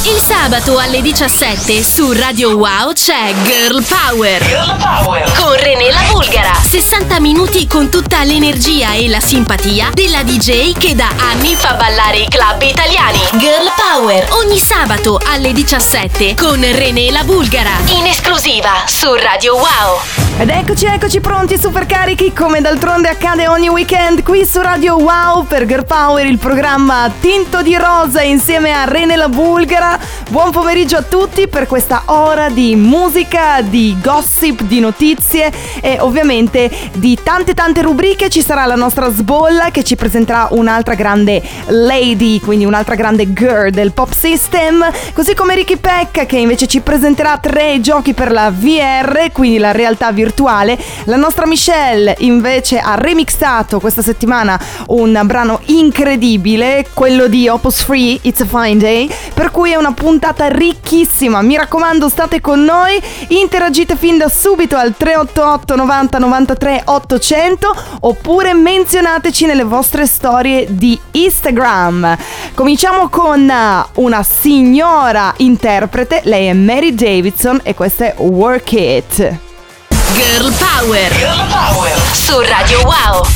Il sabato alle 17 su Radio Wow c'è Girl Power. Girl Power con René La Bulgara. 60 minuti con tutta l'energia e la simpatia della DJ che da anni fa ballare i club italiani. Girl Power ogni sabato alle 17 con René La Bulgara. In esclusiva su Radio Wow. Ed eccoci pronti, super carichi, come d'altronde accade ogni weekend qui su Radio Wow per Girl Power, il programma tinto di rosa insieme a René La Bulgara. Buon pomeriggio a tutti per questa ora di musica, di gossip, di notizie e ovviamente di tante rubriche. Ci sarà la nostra Sbolla che ci presenterà un'altra grande lady, quindi un'altra grande girl del pop system, così come Ricky Peck che invece ci presenterà 3 giochi per la VR, quindi la realtà virtuale. La nostra Michelle invece ha remixato questa settimana un brano incredibile, quello di Opus Free, It's a Fine Day, per cui è una puntata ricchissima. Mi raccomando, state con noi, interagite fin da subito al 388 90 93 800 oppure menzionateci nelle vostre storie di Instagram. Cominciamo con una signora interprete, lei è Mary Davidson e questa è Work It. Girl Power, Girl Power su Radio Wow.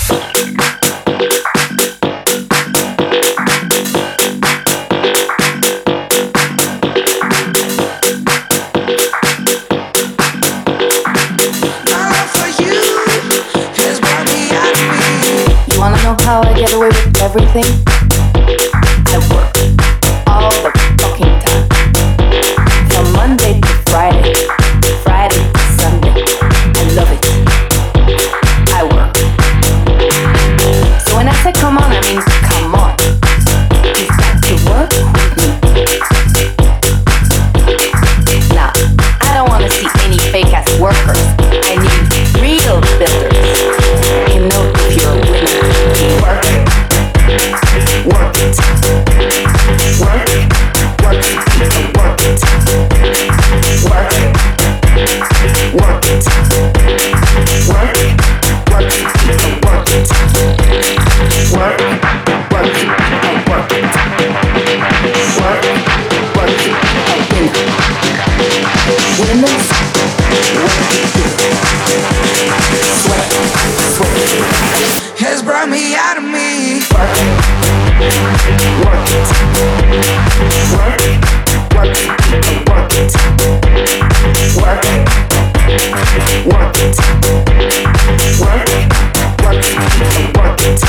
Wanna know how I get away with everything? I work all the fucking time. From Monday to Friday, Friday to Sunday. I love it. I work. So when I say come on, I mean come on. You've got to work with me. Now, I don't wanna see any fake ass workers. I need real builders. You know if you're a winner. Work it, work it, work it, work it, work it, work it, work it, work it, work it, work it, work, work it, and work it, work, work it, and win. Winners, work it good. Sweat, sweat. Has brought me out of me. Work it, work it, work it, work it, work it, work it, work it, work it, work it, work it.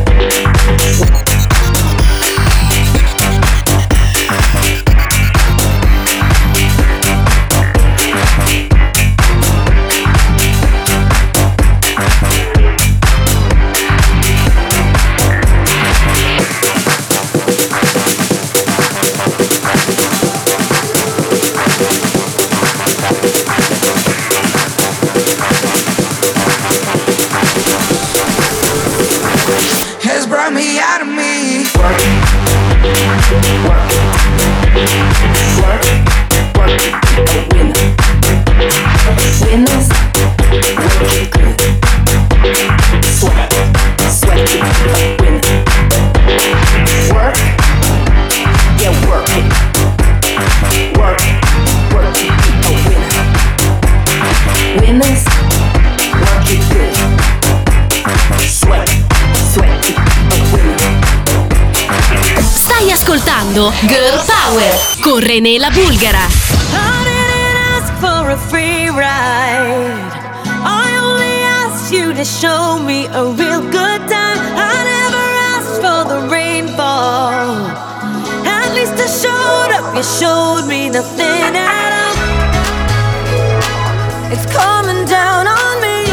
Has brought me out of me. Work it, work it, work it, work it, a winner. Winners, work it good. Sweat, sweat it, a winner. Work, yeah, work it. Work, work it, a winner. Winners, work it good. Sweat, sweat it, a winner. Stai ascoltando Girl Power con René La Bulgara. I didn't ask for a free ride. I only asked you to show me a real good time. I never asked for the rainfall. At least I showed up, you showed me nothing at all. It's coming down on me.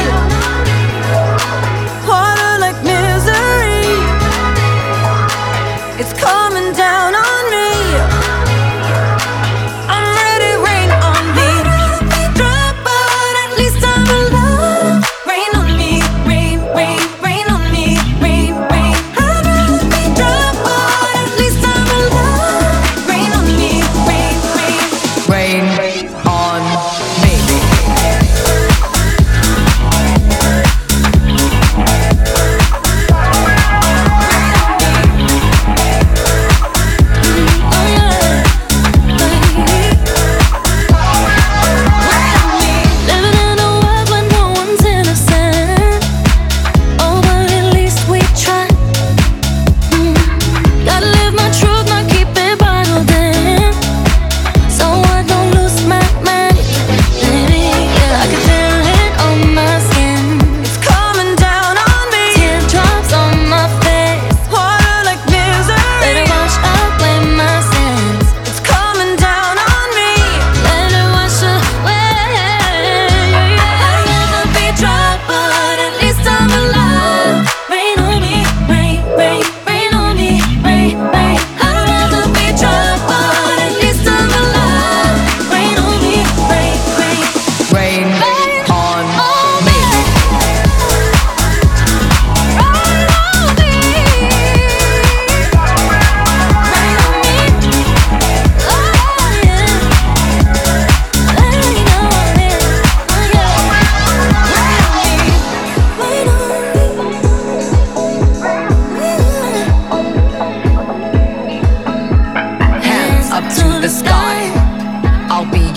Harder like misery. It's coming down on me. I'm ready, rain on me. Drop, but at least I'm alive. Rain on me, rain, rain, rain on me, rain, rain. I'd rather be drop, but at least I'm alive. Rain on me, rain, rain. Rain on me.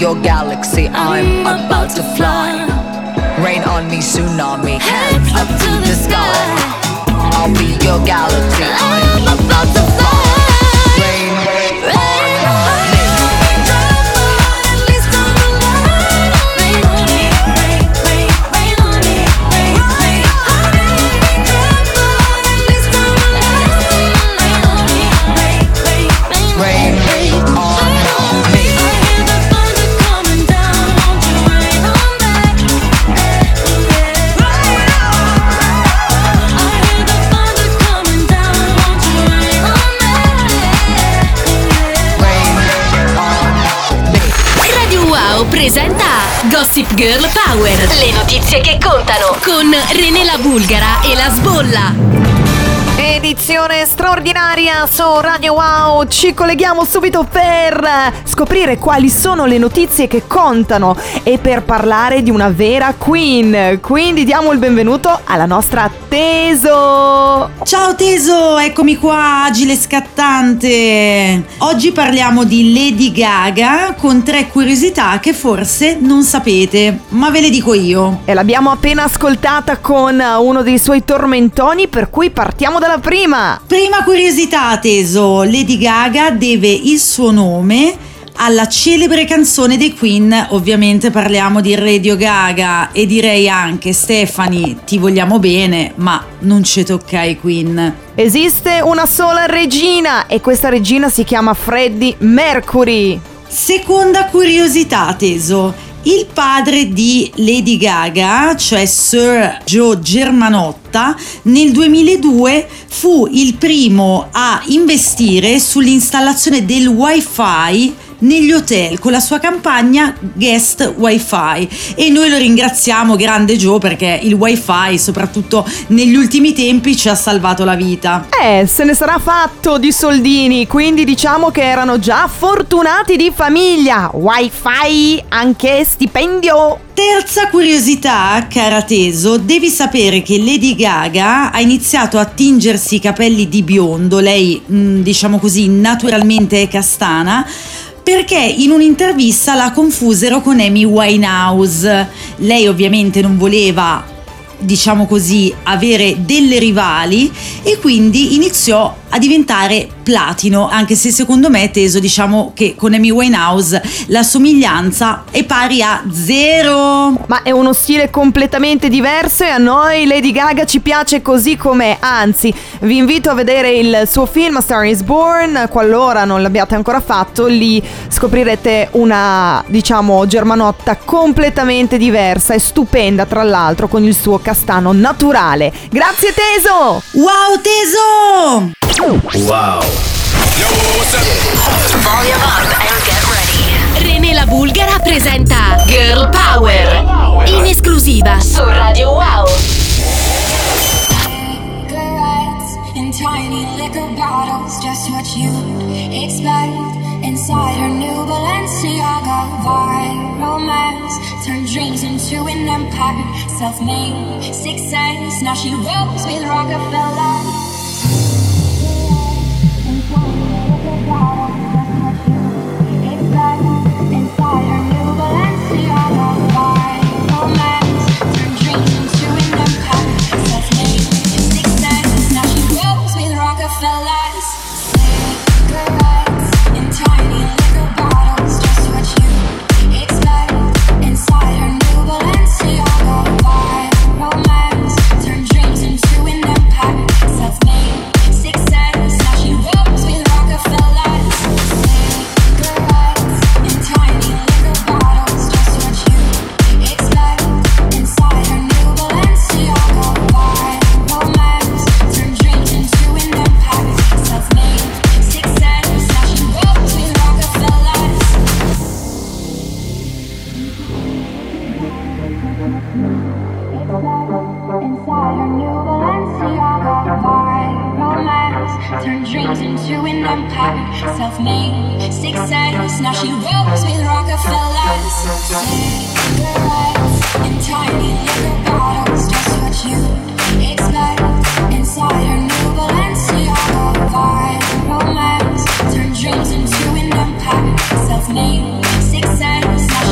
your galaxy. I'm about to fly. Rain on me, tsunami, heads up to the sky. I'll be your galaxy. I'm about to fly. Rain, rain on me. Presenta Gossip Girl Power, le notizie che contano, con René La Bulgara e La Sbolla. Edizione straordinaria su Radio Wow. Ci colleghiamo subito per scoprire quali sono le notizie che contano e per parlare di una vera queen. Quindi diamo il benvenuto alla nostra Teso. Ciao Teso, eccomi qua, agile e scattante. Oggi parliamo di Lady Gaga con 3 curiosità che forse non sapete, ma ve le dico io. E l'abbiamo appena ascoltata con uno dei suoi tormentoni, per cui partiamo dalla prima. Prima curiosità, Teso. Lady Gaga deve il suo nome alla celebre canzone dei Queen. Ovviamente parliamo di Radio Gaga e direi anche Stefani, ti vogliamo bene, ma non ci tocca ai Queen. Esiste una sola regina e questa regina si chiama Freddie Mercury. Seconda curiosità, Teso. Il padre di Lady Gaga, cioè Sir Joe Germanotta, nel 2002 fu il primo a investire sull'installazione del Wi-Fi negli hotel con la sua campagna Guest Wi-Fi, e noi lo ringraziamo, grande Joe, perché il Wi-Fi soprattutto negli ultimi tempi ci ha salvato la vita. Se ne sarà fatto di soldini, quindi diciamo che erano già fortunati di famiglia. Wi-Fi, anche stipendio. Terza curiosità, cara Teso, devi sapere che Lady Gaga ha iniziato a tingersi i capelli di biondo, lei diciamo così naturalmente è castana, perché in un'intervista la confusero con Amy Winehouse. Lei ovviamente non voleva, diciamo così, avere delle rivali e quindi iniziò a diventare platino, anche se secondo me, Teso, diciamo che con Amy Winehouse la somiglianza è pari a 0. Ma è uno stile completamente diverso e a noi Lady Gaga ci piace così com'è. Anzi, vi invito a vedere il suo film A Star Is Born, qualora non l'abbiate ancora fatto. Lì scoprirete una, diciamo, Germanotta completamente diversa e stupenda, tra l'altro, con il suo castano naturale. Grazie Teso! Wow Teso! Wow. Volume up and get ready. René La Bulgara presenta Girl Power in esclusiva su Radio Wow. Cigarettes in tiny liquor bottles, just what you expect. Inside her new Balenciaga vibe, romance turned dreams into an empire. Self-made success, now she rolls with Rockefeller. Inside her new Balenciaga vibe, romance turned dreams into an empire. Self-made success, now she rolls with Rockefellers. Cigarettes in tiny liquor bottles, just what you expect. Inside her new Balenciaga vibe, romance turned dreams into an empire. Self-made success, now she rolls with Rockefellers. Cigarettes in tiny liquor bottles, just what you expect. Inside her new Balenciaga vibe, romance turned dreams into an empire. Self-made success, now she rolls with Rockefellers. Inside her new Balenciaga vibe, romance turned dreams into an empire. Self-made success, now she rolls with Rockefellers. Cigarettes in tiny liquor bottles, just what you expect. Inside her new Balenciaga vibe, romance turned dreams into an empire. Self-made success, now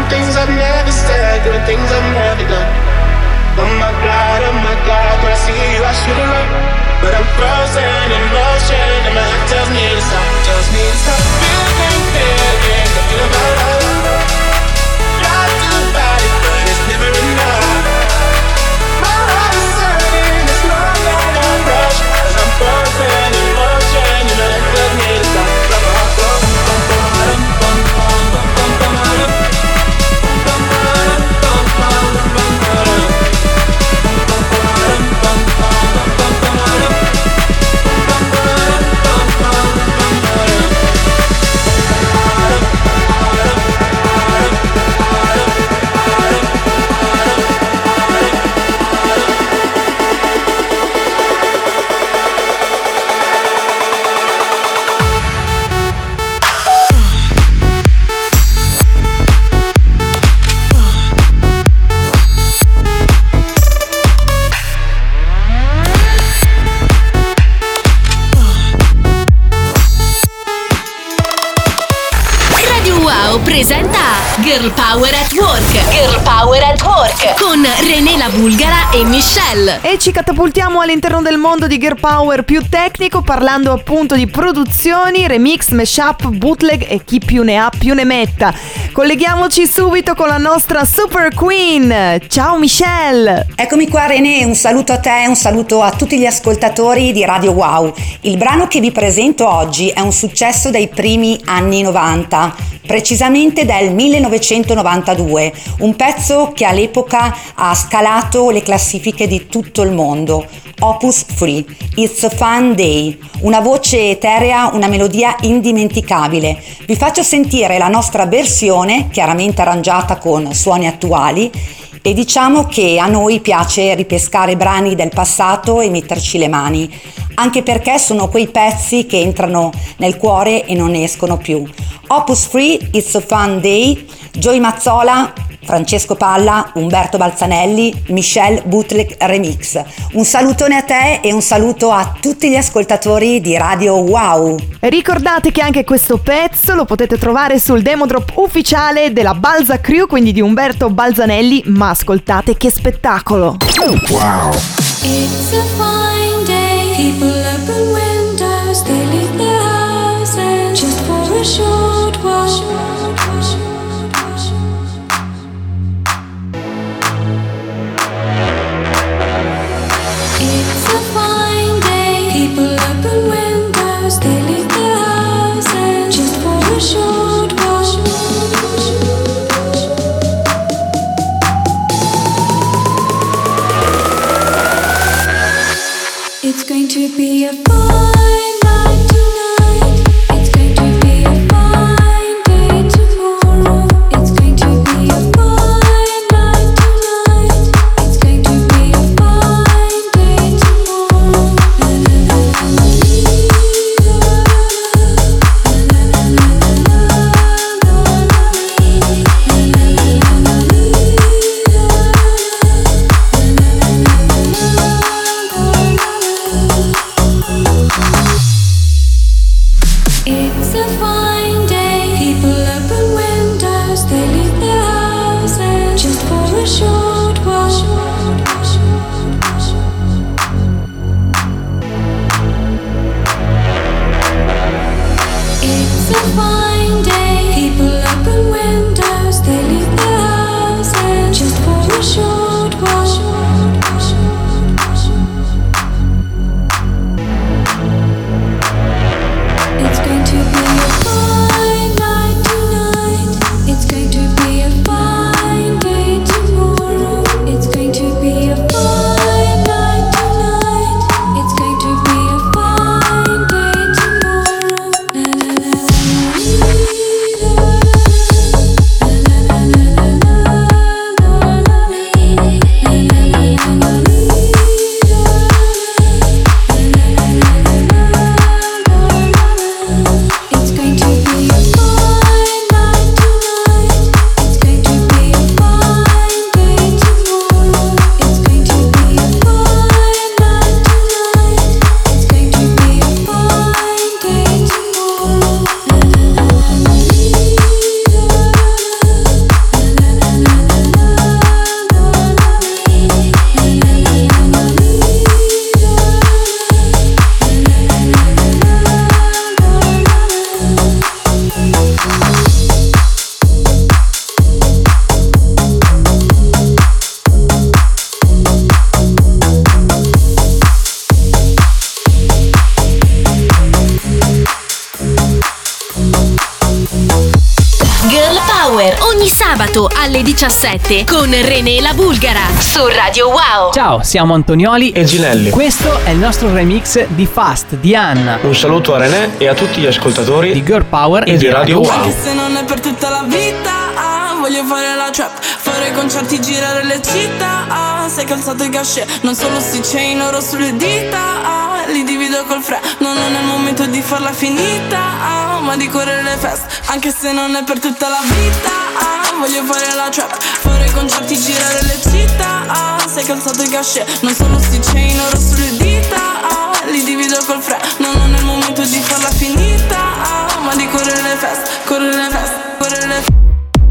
things I've never said, doing things I've never done. Oh my God, when I see you I should have run, but I'm frozen in motion and my head tells me to stop, feeling, feel about love. Try to fight it, but it's never enough. My heart is hurting, it's long and I rush, 'cause I'm frozen in motion and my head tells me to stop. Presenta Girl Power at Work. Girl Power at Work con René la Bulgara e Michelle. E ci catapultiamo all'interno del mondo di Girl Power più tecnico, parlando appunto di produzioni, remix, mashup, bootleg e chi più ne ha più ne metta. Colleghiamoci subito con la nostra Super Queen. Ciao Michelle. Eccomi qua René, un saluto a te e un saluto a tutti gli ascoltatori di Radio Wow. Il brano che vi presento oggi è un successo dei primi anni 90, precisamente del 1992, un pezzo che all'epoca ha scalato le classifiche di tutto il mondo. Opus Free, It's a Fun Day, una voce eterea, una melodia indimenticabile. Vi faccio sentire la nostra versione, chiaramente arrangiata con suoni attuali, e diciamo che a noi piace ripescare brani del passato e metterci le mani, anche perché sono quei pezzi che entrano nel cuore e non ne escono più. Opus Free, It's a Fun Day, Joey Mazzola, Francesco Palla, Umberto Balzanelli, Michelle Bootleg Remix. Un salutone a te e un saluto a tutti gli ascoltatori di Radio Wow. Ricordate che anche questo pezzo lo potete trovare sul demo drop ufficiale della Balza Crew, quindi di Umberto Balzanelli, ma ascoltate che spettacolo. Wow. It's a fine day. People open windows, they leave their houses just for a short while. It's a fine day. People open windows, they leave their houses just for a short while. It's going to be a fine night tonight. It's going to be a fine day tomorrow. It's going to be a fine night tonight. It's going to be a fine day tomorrow. It's a fine day. People open windows, they leave their houses just for a short while. It's a fine day. People open windows, they leave their houses just for a short while. It's going to be a fine night tonight. It's going to be a fine day tomorrow. Power ogni sabato alle 17 con René la Bulgara su Radio Wow. Ciao, siamo Antonioli e Ginelli. Questo è il nostro remix di Fast di Anna. Un saluto a René e a tutti gli ascoltatori di Girl Power e di Radio Wow. Anche se non è per tutta la vita, voglio fare la trap, fare concerti, girare le città. Sei calzato i cachet, non solo sti chain oro sulle dita. Li divido col fre, non è il momento di farla finita, ma di correre le feste. Anche se non è per tutta la vita, voglio fare la trap, fare concerti, girare le città. Sei calzato i cachet, non solo sti chain oro sulle dita. Li divido col fre, non è il momento di farla finita, ma di correre le feste, correre le feste, correre le feste.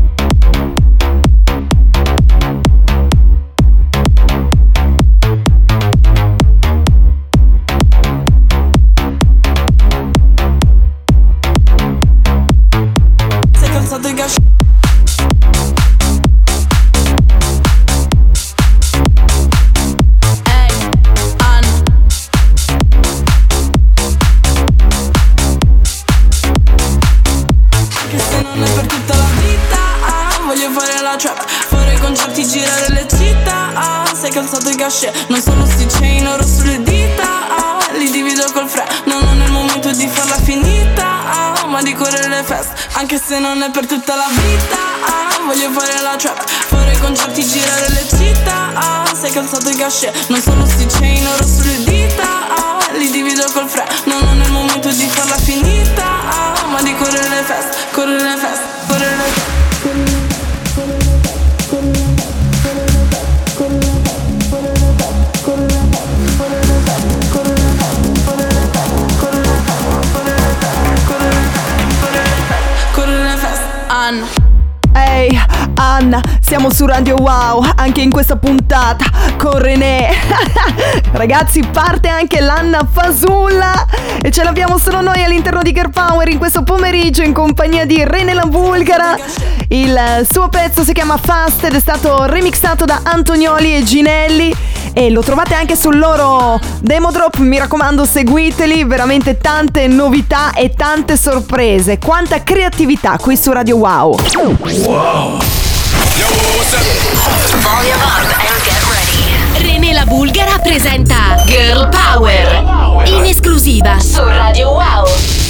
Calzato i cachet, non solo sti chain oro sulle dita. Li divido col fre, non è il momento di farla finita, ma di correre le feste. Anche se non è per tutta la vita, voglio fare la trap, fare concerti, girare le città. Sei calzato i cachet, non solo sti chain oro sulle dita. Li divido col fre, non è il momento di farla finita, ma di correre le feste, correre le feste, correre le feste. Ehi, Anna, siamo su Radio Wow, anche in questa puntata con René. Ragazzi, parte anche l'Anna Fasulla e ce l'abbiamo solo noi all'interno di Girl Power in questo pomeriggio in compagnia di René la Bulgara. Il suo pezzo si chiama Fast ed è stato remixato da Antonioli e Ginelli e lo trovate anche sul loro demo drop. Mi raccomando, seguiteli, veramente tante novità e tante sorprese. Quanta creatività qui su Radio Wow. Wow. Volume up and get ready. René la Bulgara presenta Girl Power in esclusiva su Radio Wow.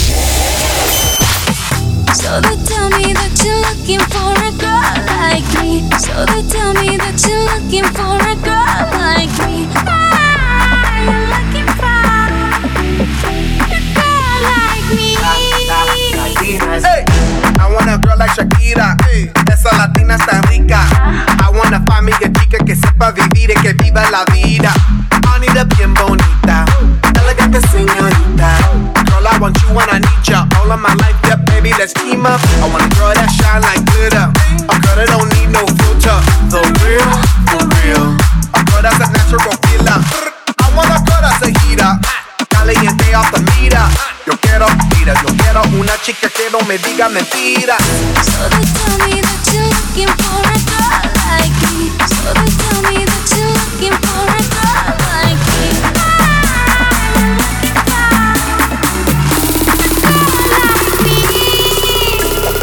So they tell me that you're looking for a girl like me. So they tell me that you're looking for a girl like me. I'm looking for a girl like me. Hey, I want a girl like Shakira. Hey, esa latina está rica. I wanna find me a chica que sepa vivir y que viva la vida. Anita bien bonita, elegante señorita. Girl, I want you and I need ya all of my life. Yeah, baby, let's team up. I want a girl that shine like glitter. A girl that don't need no filter. The real, for real. A girl that's a natural killer. I want a girl that's a heater. Caliente off the meter. Yo quiero una chica que no me diga mentiras. So they tell me that you're looking for a girl like me. So they tell me that you're looking for a girl like me. I'm looking for a girl like me.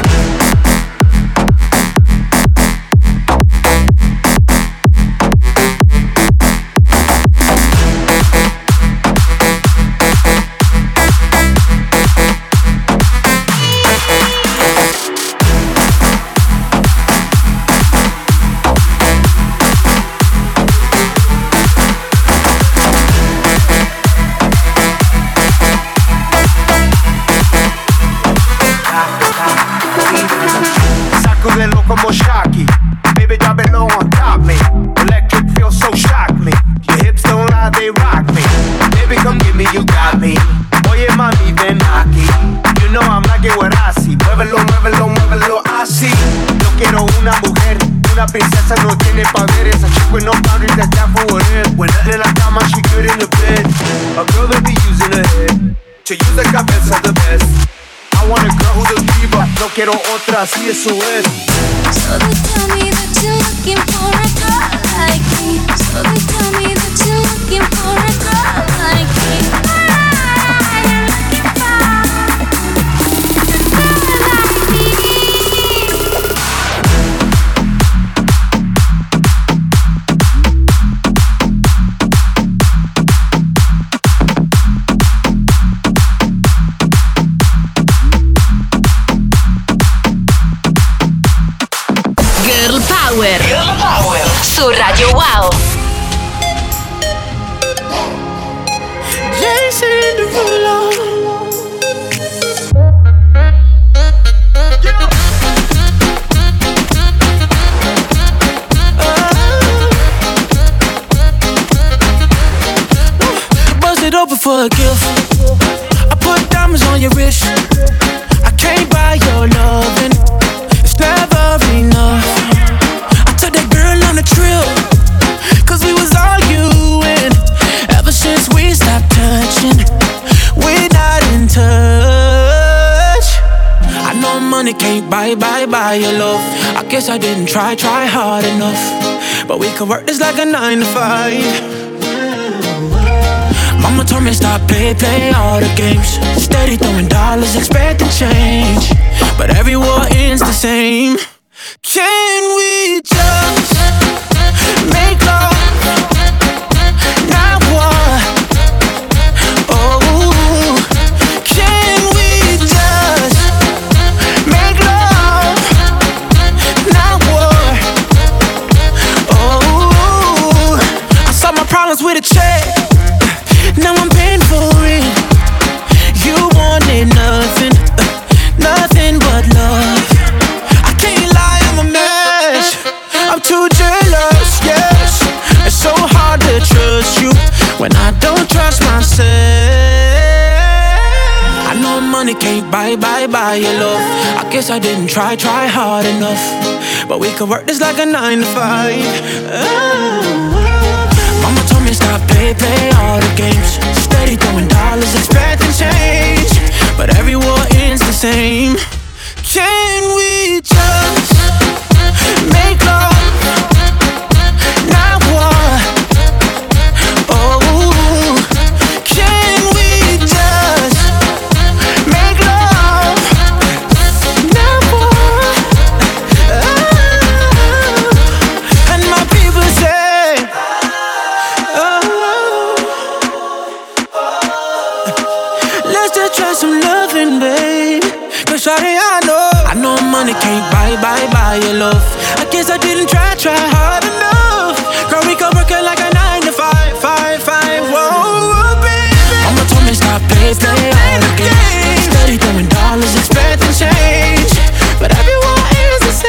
Como Shocky, baby, drop it low on top me. Electric feel so shock me. Your hips don't lie, they rock me. Baby, come give me, you got me. Oye, mami, ven aquí. You know I'm like it what I see. Muévelo, muévelo, muévelo así. Yo quiero una mujer, una princesa, no tiene poderes. A chick with no boundaries, that's down for whatever. When nothing in la cama, she good in the bed. A girl that be using her head to use the cabeza the best. I want a girl who's a diva, no quiero otra, así eso es. So they tell me that you're looking for a girl like me. So they tell me that you're looking for a girl like me. I'm looking for a girl like me. Power. Girl Power Su Radio Wow. Jason Derulo. Bust it open for a gift. I put diamonds on your wrist. I can't buy your loving. It's never enough. I took that girl on a trip, 'cause we was arguing. Ever since we stopped touching, we're not in touch. I know money can't buy your love. I guess I didn't try hard enough. But we could work this like a 9 to 5. Mama told me stop play all the games. Steady throwing dollars, expecting change. But every war ends the same. Can we just make love, not war? Oh, can we just make love, not war? Oh, I solved my problems with a check. Now I'm paying for it. You wanted nothing, nothing but love. I can't lie, I'm a mess. I'm too jealous, yes. It's so hard to trust you when I don't trust myself. I know money can't buy your love. I guess I didn't try hard enough. But we could work this like a 9 to 5. Mama told me stop play all the games. Steady throwing dollars, expecting change. But every war ends the same. Can we just make love, not war? Oh, can we just make love, not war? And my people say, let's just try some loving, babe. 'Cause shawty, I know money can't buy your love. I guess I didn't try hard enough. Girl, we could work it like a 9 to 5. Whoa, baby. Mama told me stop play all the games. Steady throwing dollars, expecting change. But everyone is the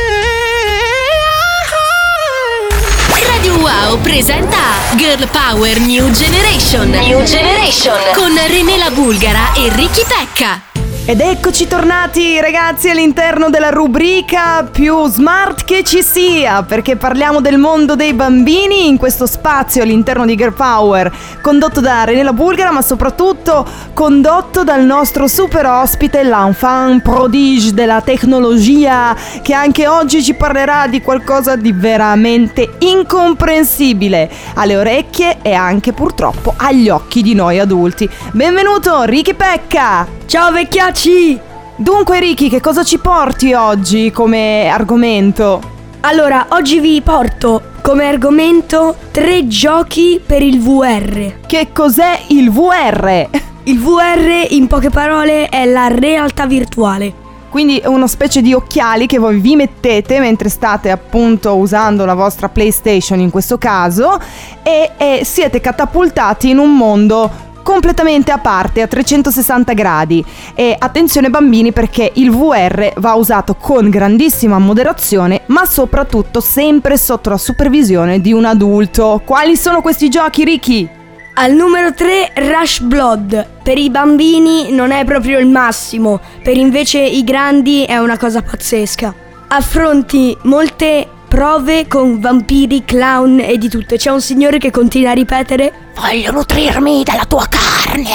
same. Radio Wow presenta Girl Power New Generation. New Generation con René La Bulgara e Ricky Pecca. Ed eccoci tornati ragazzi all'interno della rubrica più smart che ci sia, perché parliamo del mondo dei bambini in questo spazio all'interno di Girl Power, condotto da René La Bulgara, ma soprattutto condotto dal nostro super ospite, l'enfant prodige della tecnologia, che anche oggi ci parlerà di qualcosa di veramente incomprensibile alle orecchie e anche purtroppo agli occhi di noi adulti. Benvenuto Ricky Pecca! Ciao vecchiacci! Dunque Ricky, che cosa ci porti oggi come argomento? Allora, oggi vi porto come argomento 3 giochi per il VR. Che cos'è il VR? Il VR, in poche parole, è la realtà virtuale. Quindi è una specie di occhiali che voi vi mettete mentre state appunto usando la vostra PlayStation in questo caso e siete catapultati in un mondo completamente a parte, a 360 gradi. E attenzione bambini, perché il VR va usato con grandissima moderazione, ma soprattutto sempre sotto la supervisione di un adulto. Quali sono questi giochi, Ricky? Al numero 3 Rush Blood. Per i bambini non è proprio il massimo, per invece i grandi è una cosa pazzesca. Affronti molte prove con vampiri, clown e di tutto. C'è un signore che continua a ripetere: voglio nutrirmi della tua carne.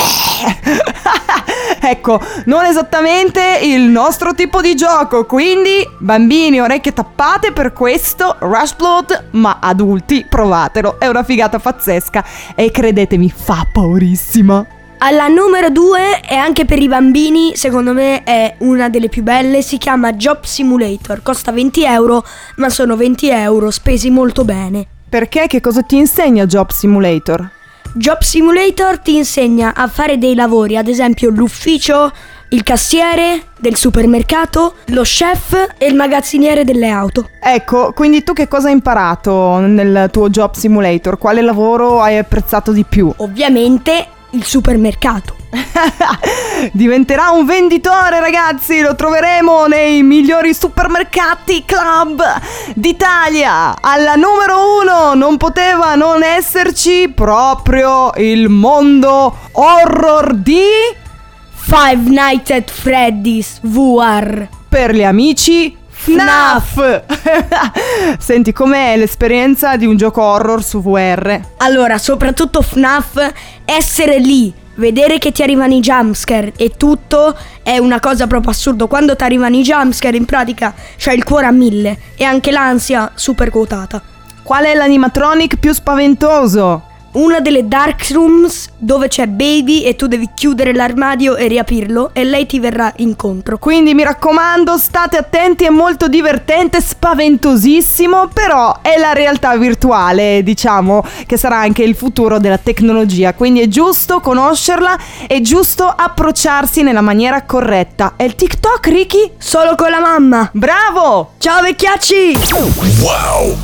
Ecco, non esattamente il nostro tipo di gioco, quindi bambini, orecchie tappate per questo Rush Blood, ma adulti provatelo, è una figata pazzesca e credetemi fa paurissima. Alla numero 2, e anche per i bambini, secondo me è una delle più belle, si chiama Job Simulator. Costa 20 euro, ma sono 20 euro spesi molto bene. Perché? Che cosa ti insegna Job Simulator? Job Simulator ti insegna a fare dei lavori, ad esempio l'ufficio, il cassiere del supermercato, lo chef e il magazziniere delle auto. Ecco, quindi tu che cosa hai imparato nel tuo Job Simulator? Quale lavoro hai apprezzato di più? Ovviamente il supermercato. Diventerà un venditore, ragazzi, lo troveremo nei migliori supermercati club d'Italia. Alla numero 1 non poteva non esserci proprio il mondo horror di Five Nights at Freddy's VR. per gli amici FNAF. Senti, com'è l'esperienza di un gioco horror su VR? Allora, soprattutto FNAF, essere lì, vedere che ti arrivano i jumpscare e tutto è una cosa proprio assurda. Quando ti arrivano i jumpscare, in pratica c'hai il cuore a 1000 e anche l'ansia super quotata. Qual è l'animatronic più spaventoso? Una delle dark rooms dove c'è Baby e tu devi chiudere l'armadio e riaprirlo e lei ti verrà incontro. Quindi mi raccomando, state attenti, è molto divertente, spaventosissimo, però è la realtà virtuale, diciamo che sarà anche il futuro della tecnologia, quindi è giusto conoscerla, è giusto approcciarsi nella maniera corretta. È il TikTok, Ricky? Solo con la mamma. Bravo! Ciao vecchiacci! Wow!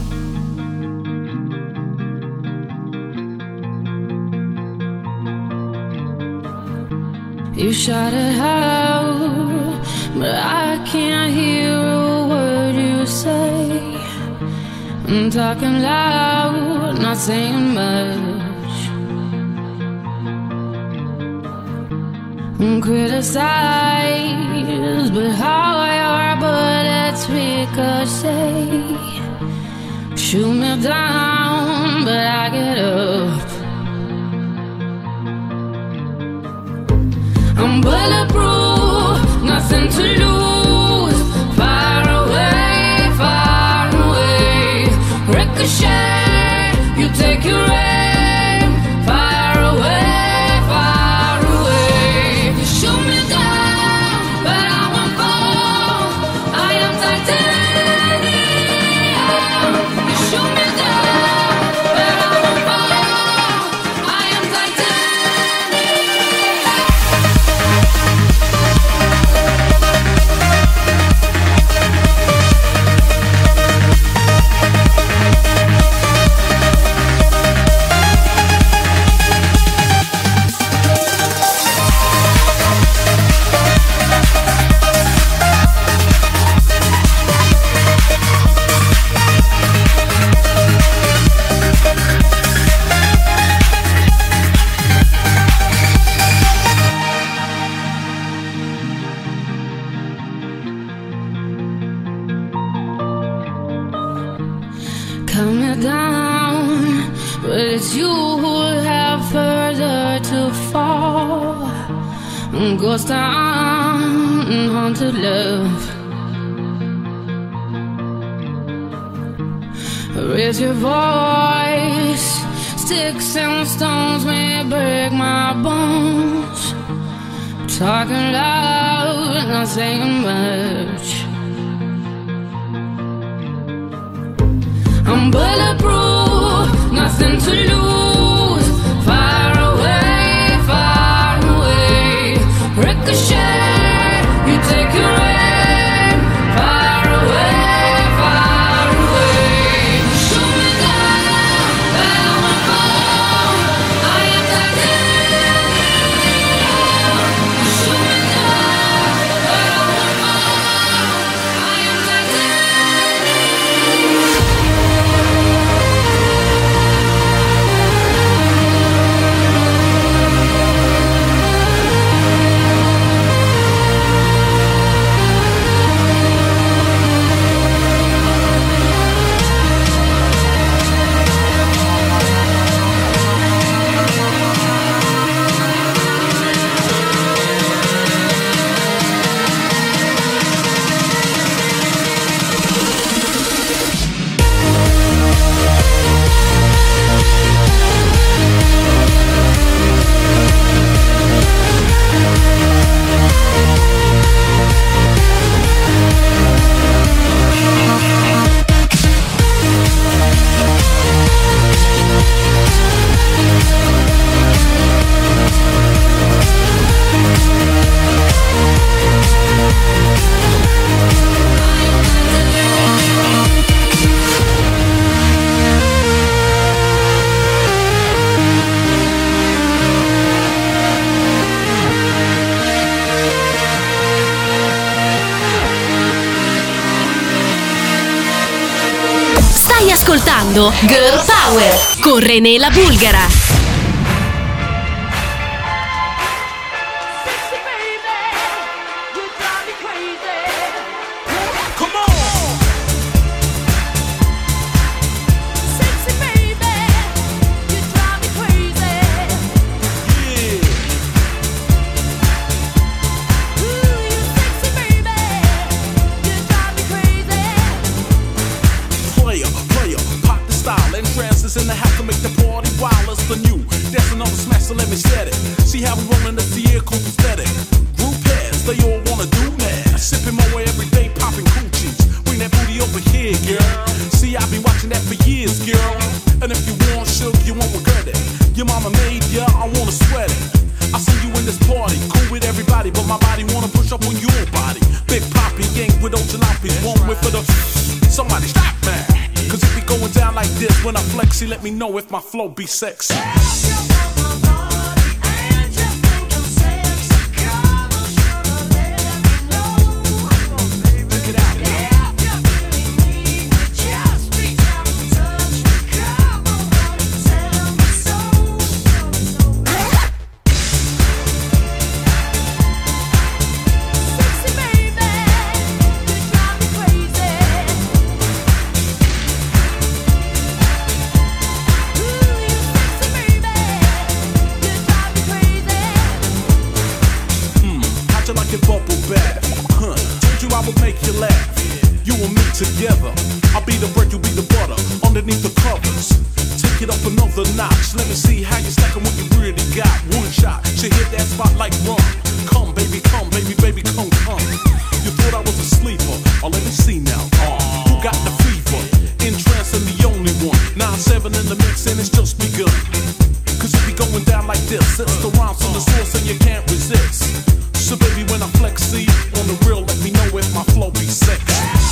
You shout it out, but I can't hear a word you say. I'm talking loud, not saying much. Criticize, but how your bullets ricochet. Shoot me down, but I get up. I'm bulletproof, nothing to lose. Far away, ricochet. You take your aim. Far away. You shoot me down, but I won't fall. I am titanium. You shoot me down, but I won't fall. I am titanium. Coming down, but it's you who have further to fall. Ghost town, haunted love. Raise your voice. Sticks and stones may break my bones. Talking loud, not saying much. I'm bulletproof, nothing to lose. Far away, ricochet. You take your aim. Far away. Shoot me down, but I won't fall. I am titanium. Shoot me down, but I won't fall. I am titanium. Stai ascoltando Girl Power con René La Bulgara. In the house to make the party wild as the new. That's another smash, so let me set it. See how we rollin' the air, cool aesthetic. Group heads, they all wanna do mad. Sipping my way every day, popping coochies. Bring that booty over here, girl. See, I've been watching that for years, girl. And if you want sugar, you won't regret it. Your mama made ya, I wanna sweat it. I see you in this party, cool with everybody, but my body wanna push up on your body. Big Poppy, gang with old jalopies, one whip for the. Somebody stop, man. Cause it be going down like this when I flex, let me know if my flow be sexy. Together, I'll be the bread, you be the butter. Underneath the covers, take it up another notch. Let me see how you stackin' what you really got. One shot, she hit that spot like rum. Come, baby, baby, come, come. You thought I was a sleeper? Oh, let me see now. Who got the fever? In trance and the only one. 9-7 in the mix and it's just begun. Cause it be going down like this. It's the rhymes from the source and you can't resist. So baby, when I flex, see on the real, let me know if my flow be sexy.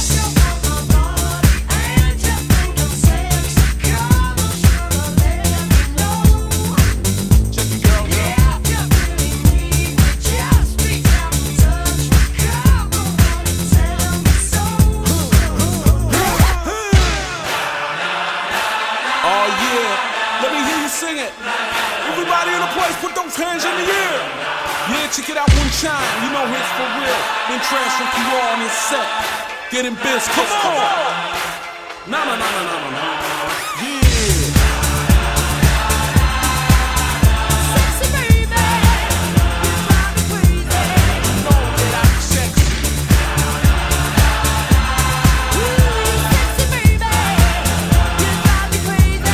Hands in the air. Yeah, check it out one time. You know it's for real. In trance from PR on his set. Getting biz. Come on. No. Yeah. Sexy baby. You drive me crazy. You know that I'm sexy. Sexy baby. You drive me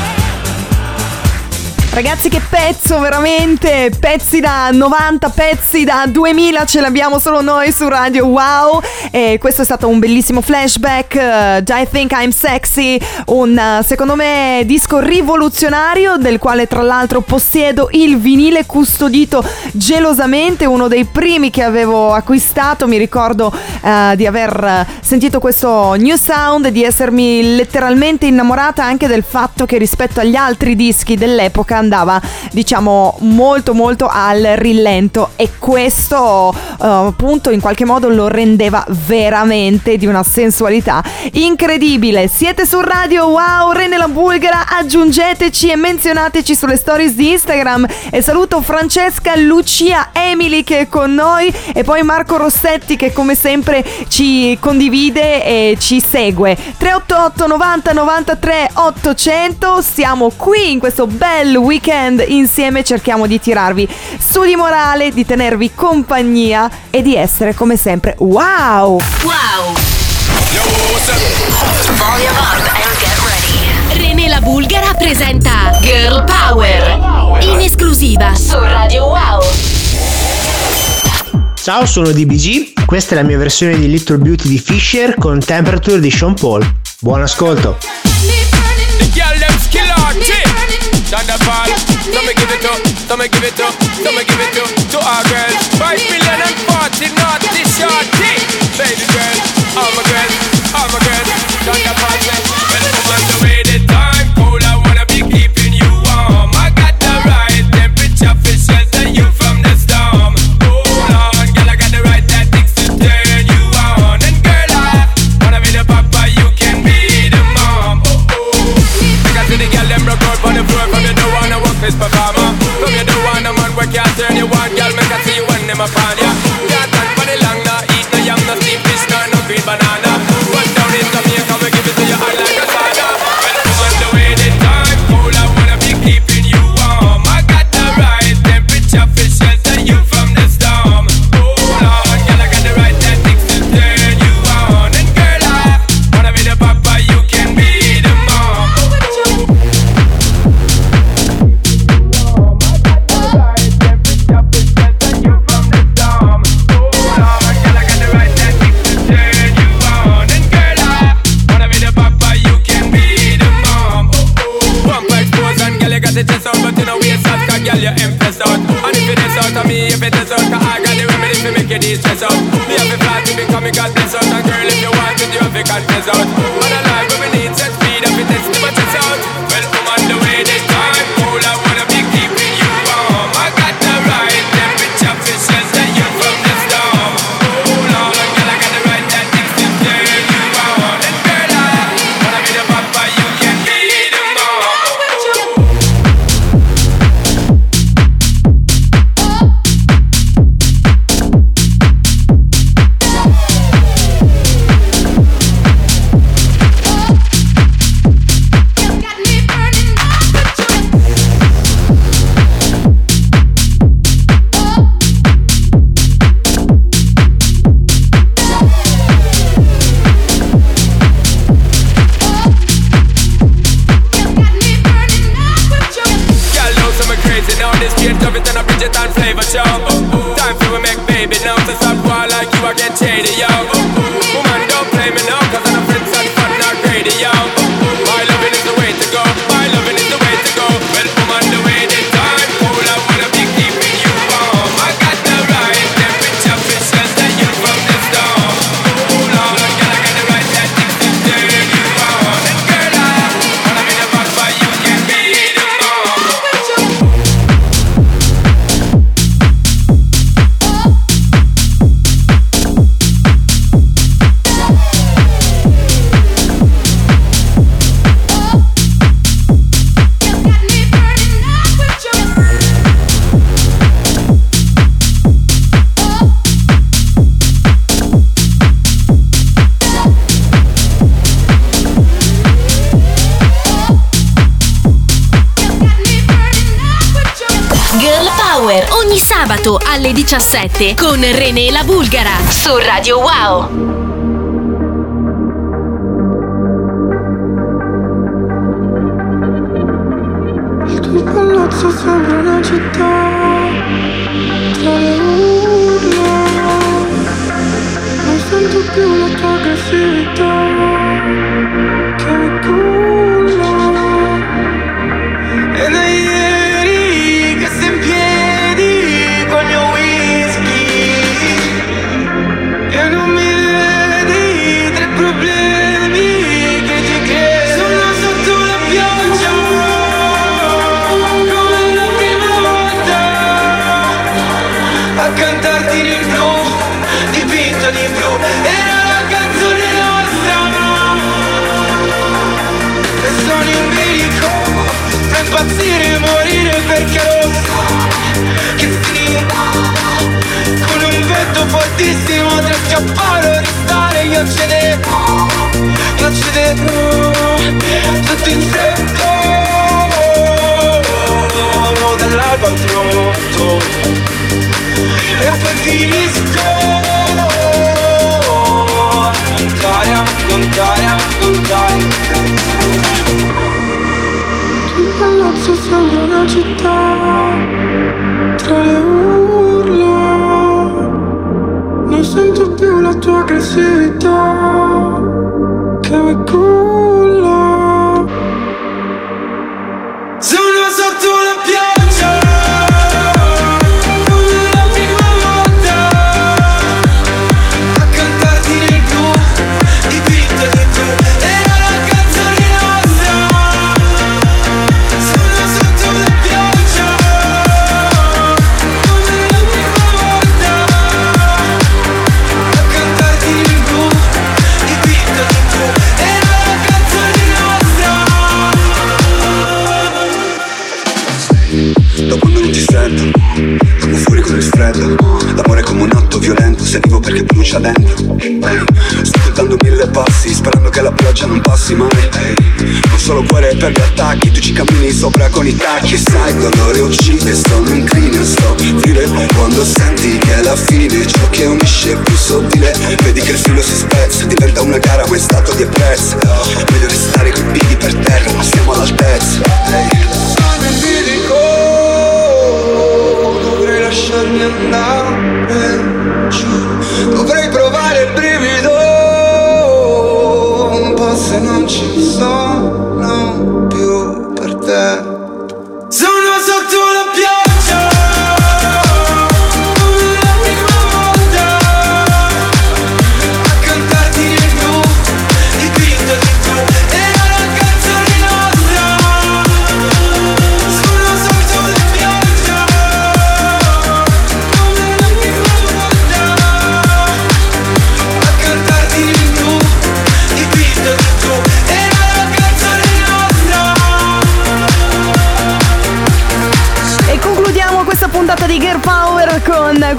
crazy. Ragazzi, che pezzo, veramente, pezzi da 90, pezzi da 2000 ce l'abbiamo solo noi su Radio Wow. E questo è stato un bellissimo flashback, I Think I'm Sexy, un secondo me disco rivoluzionario del quale tra l'altro possiedo il vinile custodito gelosamente, uno dei primi che avevo acquistato. Mi ricordo di aver sentito questo new sound e di essermi letteralmente innamorata anche del fatto che rispetto agli altri dischi dell'epoca andava, diciamo, molto molto al rilento, e questo appunto in qualche modo lo rendeva veramente di una sensualità incredibile. Siete su Radio Wow, René La Bulgara, aggiungeteci e menzionateci sulle stories di Instagram, e saluto Francesca, Lucia, Emily che è con noi, e poi Marco Rossetti che come sempre ci condivide e ci segue. 388 90 93 800. Siamo qui in questo bel weekend insieme, cerchiamo di tirarvi su di morale, di tenervi compagnia e di essere come sempre wow. Wow. Volume up and get ready. René La Bulgara presenta Girl Power in esclusiva su Radio Wow. Ciao, sono DBG, questa è la mia versione di Little Beauty di Fisher con Temperature di Sean Paul. Buon ascolto. To our girls, 5 million and 40 naughty shorty. Baby girl, all my girls, Thunder party. Well, I'm the way the time cold, I wanna be keeping you warm. I got the right temperature for shelter you from the storm. Hold on, girl, I got the right tactics to turn you on. And girl, I wanna be the papa, you can be the mom. Oh, oh. fit us out, 'cause I got the remedy to make you de-stress out. Me have a fly to become a God bless out. And girl, if you want it, you have to confess out. Man alive, but we need set speed up, it test to my chest out. Well, I'm on the way this time. Cool, I wanna be keeping you warm. I got the right temperature for shelter you from the storm. Hold on, girl, I got the right tactics to turn you on. And girl, I wanna be the papa, you can be the mom. Time for we make baby now. To stop war like you I get shady, yo. Woman, don't play me now, 'cause I'm a prince and fun not greedy, yo. My loving is the way to go. My loving is the way to go. Well, I'm on the way this time. Cool, I wanna be keeping you warm. I got the right temperature for shelter you from the storm. Hold on, girl, I got the right tactics to turn you on. And girl, I wanna be the papa, you can be the mom. Girl Power ogni sabato alle 17 con René la Bulgara su Radio Wow. Il tuo palazzo sembra una città tra le urla. Non sento più la tua aggressività che mi culla. E da ieri che sei in piedi col mio whisky e non mi vedi tra i problemi che ti crei. Sono sotto la pioggia come la prima volta a cantarti nel blu, dipinto di blu. Era la canzone nostra e sono in bilico tra impazzire e morire perché lo so che finirà con un vento fortissimo tra scappare o restare. Io cederò tutto in freddo dall'alba al tramonto e poi finisco a contare. Il palazzo sembra una città tra le urla. Non sento più la tua aggressività che mi culla. Sono sotto la pioggia come la prima volta a cantarti nel blu, dipinto di blu. Era la canzone nostra. Sono sotto la pioggia come la prima volta a cantarti nel blu, dipinto di blu. Era la canzone nostra. Dopo non ti sento, dopo fuori con il freddo. L'amore è come un atto violento, se vivo perché brucia dentro. Sto contando 1000 passi, sperando che la pioggia non passi mai. Non solo cuore per gli attacchi, tu ci cammini sopra con i tacchi. Sai, il dolore uccide, sono incline a soffrire quando senti che è la fine. Ciò che unisce è più sottile, vedi che il filo si spezza, diventa una gara ma è stato di apprezzo. Meglio restare coi piedi per terra, ma siamo all'altezza. Sono in bilico, dovrei lasciarmi andare giù. Dovrei provare il brivido un po' se non ci sono più per te. Sono sotto la pioggia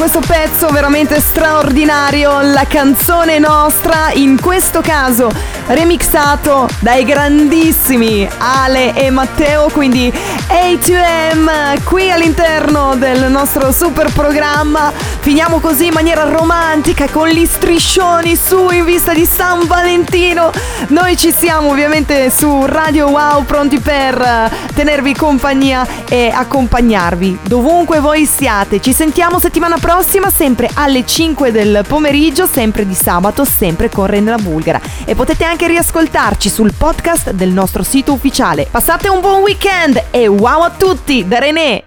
questo pezzo veramente straordinario, la canzone nostra, in questo caso remixato dai grandissimi Ale e Matteo, quindi A2M qui all'interno del nostro super programma. Finiamo così in maniera romantica con gli striscioni su in vista di San Valentino. Noi ci siamo ovviamente su Radio Wow, pronti per tenervi compagnia e accompagnarvi dovunque voi siate. Ci sentiamo settimana prossima, sempre alle 5 del pomeriggio, sempre di sabato, sempre con Rene la Bulgara, e potete anche riascoltarci sul podcast del nostro sito ufficiale. Passate un buon weekend e wow a tutti da René!